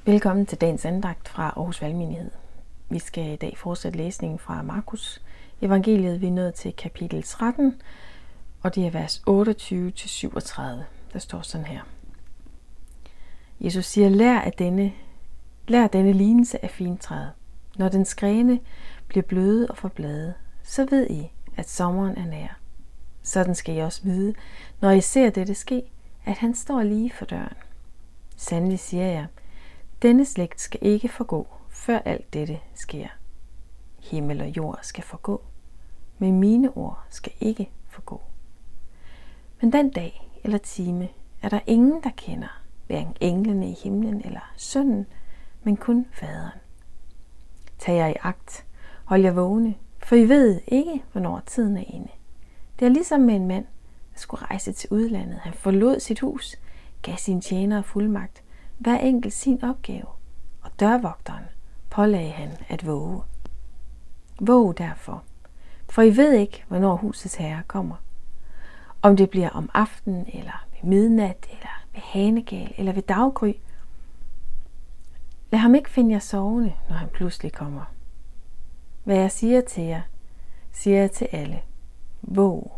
Velkommen til dagens andagt fra Aarhus Valgmenighed. Vi skal i dag fortsætte læsningen fra Markus evangeliet. Vi er nået til kapitel 13, og det er vers 28-37. Der står sådan her. Jesus siger, lær denne lignelse af fintræet. Når dens grene bliver bløde og forblade, så ved I, at sommeren er nær. Sådan skal I også vide, når I ser dette ske, at han står lige for døren. Sandelig siger jeg, denne slægt skal ikke forgå, før alt dette sker. Himmel og jord skal forgå, men mine ord skal ikke forgå. Men den dag eller time er der ingen, der kender, hverken englene i himlen eller sønnen, men kun faderen. Tag jer i agt, hold jer vågne, for I ved ikke, hvornår tiden er inde. Det er ligesom med en mand, der skulle rejse til udlandet. Han forlod sit hus, gav sine tjenere fuldmagt, hver enkelt sin opgave, og dørvogteren pålagde han at våge. Våg derfor, for I ved ikke, hvornår husets herre kommer. Om det bliver om aftenen, eller ved midnat, eller ved hanegal, eller ved daggry. Lad ham ikke finde jer sovende, når han pludselig kommer. Hvad jeg siger til jer, siger jeg til alle. Våg.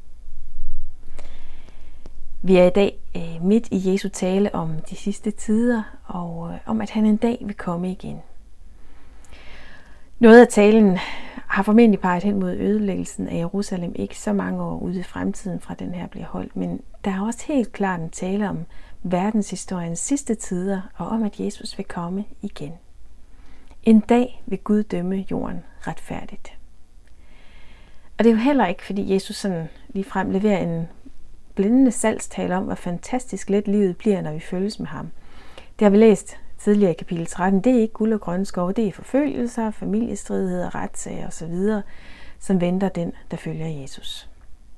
Vi er i dag midt i Jesu tale om de sidste tider, og om at han en dag vil komme igen. Noget af talen har formentlig peget hen mod ødelæggelsen af Jerusalem, ikke så mange år ude i fremtiden fra den her bliver holdt, men der er også helt klart en tale om verdenshistoriens sidste tider, og om at Jesus vil komme igen. En dag vil Gud dømme jorden retfærdigt. Og det er jo heller ikke, fordi Jesus sådan ligefrem leverer en blændende salgstale om, hvor fantastisk let livet bliver, når vi følges med ham. Det har vi læst tidligere i kapitel 13. Det er ikke guld og grønne skove, det er forfølgelser, familiestridigheder, retssager osv., som venter den, der følger Jesus.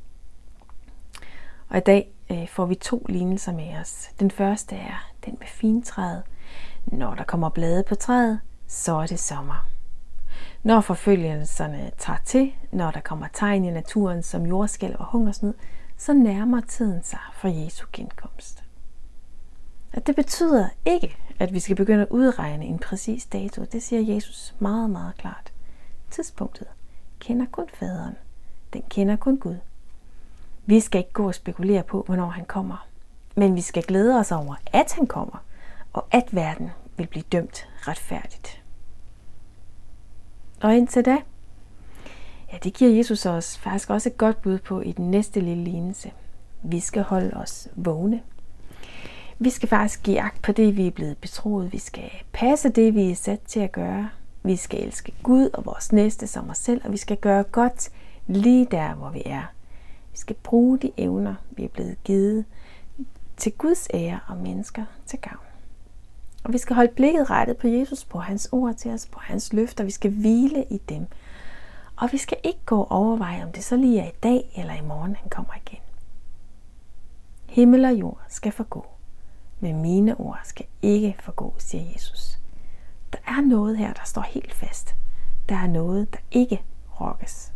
Og i dag får vi 2 lignelser med os. Den første er den med fintræet. Når der kommer blade på træet, så er det sommer. Når forfølgelserne tager til, når der kommer tegn i naturen som jordskælv og hungersnød, så nærmer tiden sig for Jesu genkomst. Og det betyder ikke, at vi skal begynde at udregne en præcis dato. Det siger Jesus meget, meget klart. Tidspunktet kender kun faderen. Den kender kun Gud. Vi skal ikke gå og spekulere på, hvornår han kommer. Men vi skal glæde os over, at han kommer, og at verden vil blive dømt retfærdigt. Og indtil da, det giver Jesus os faktisk også et godt bud på i den næste lille lignelse. Vi skal holde os vågne. Vi skal faktisk give agt på det, vi er blevet betroet. Vi skal passe det, vi er sat til at gøre. Vi skal elske Gud og vores næste som os selv, og vi skal gøre godt lige der, hvor vi er. Vi skal bruge de evner, vi er blevet givet til Guds ære og mennesker til gavn. Og vi skal holde blikket rettet på Jesus, på hans ord til os, på hans løfter. Vi skal hvile i dem. Og vi skal ikke gå og overveje, om det så lige er i dag eller i morgen, han kommer igen. Himmel og jord skal forgå, men mine ord skal ikke forgå, siger Jesus. Der er noget her, der står helt fast. Der er noget, der ikke rokkes.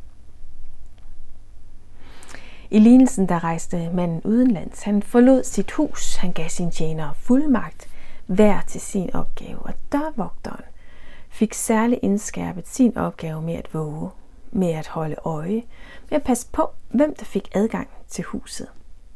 I lignelsen, der rejste manden udenlands. Han forlod sit hus. Han gav sine tjenere fuldmagt, hver til sin opgave. Og dørvogteren fik særligt indskærpet sin opgave med at våge, med at holde øje, med at passe på, hvem der fik adgang til huset.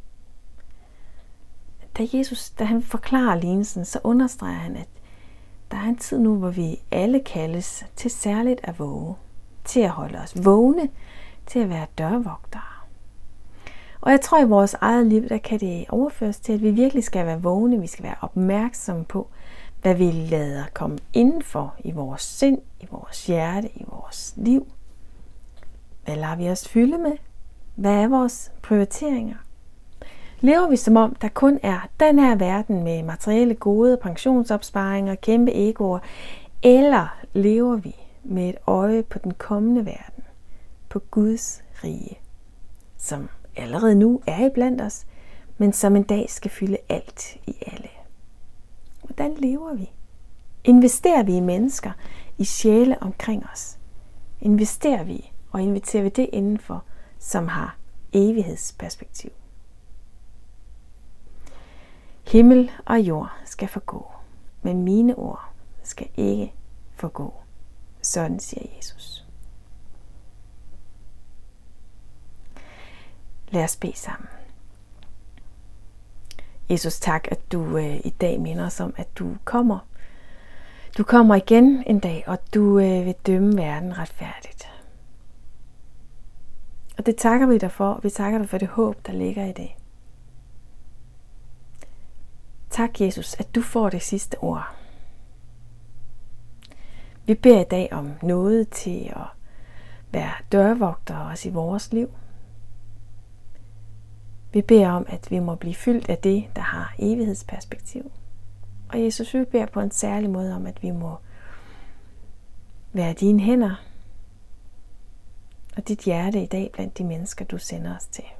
Da Jesus, han forklarer lignelsen, så understreger han, at der er en tid nu, hvor vi alle kaldes til særligt at våge, til at holde os vågne, til at være dørvogtere. Og jeg tror, i vores eget liv, der kan det overføres til, at vi virkelig skal være vågne, vi skal være opmærksomme på, hvad vi lader komme indenfor i vores sind, i vores hjerte, i vores liv. Hvad lader vi os fylde med? Hvad er vores prioriteringer? Lever vi som om, der kun er den her verden med materielle gode, pensionsopsparinger, kæmpe egoer, eller lever vi med et øje på den kommende verden, på Guds rige, som allerede nu er iblandt os, men som en dag skal fylde alt i alle? Hvordan lever vi? Investerer vi i mennesker, i sjæle omkring os? Investerer vi og inviterer vi det indenfor, som har evighedsperspektiv? Himmel og jord skal forgå, men mine ord skal ikke forgå. Sådan siger Jesus. Lad os bede sammen. Jesus, tak, at du i dag minder os om, at du kommer. Du kommer igen en dag, og du vil dømme verden retfærdigt. Og det takker vi dig for. Vi takker dig for det håb, der ligger i dag. Tak, Jesus, at du får det sidste ord. Vi beder i dag om noget til at være dørvogtere også i vores liv. Vi beder om, at vi må blive fyldt af det, der har evighedsperspektiv. Og Jesus, vi beder på en særlig måde om, at vi må være dine hænder og dit hjerte i dag blandt de mennesker, du sender os til.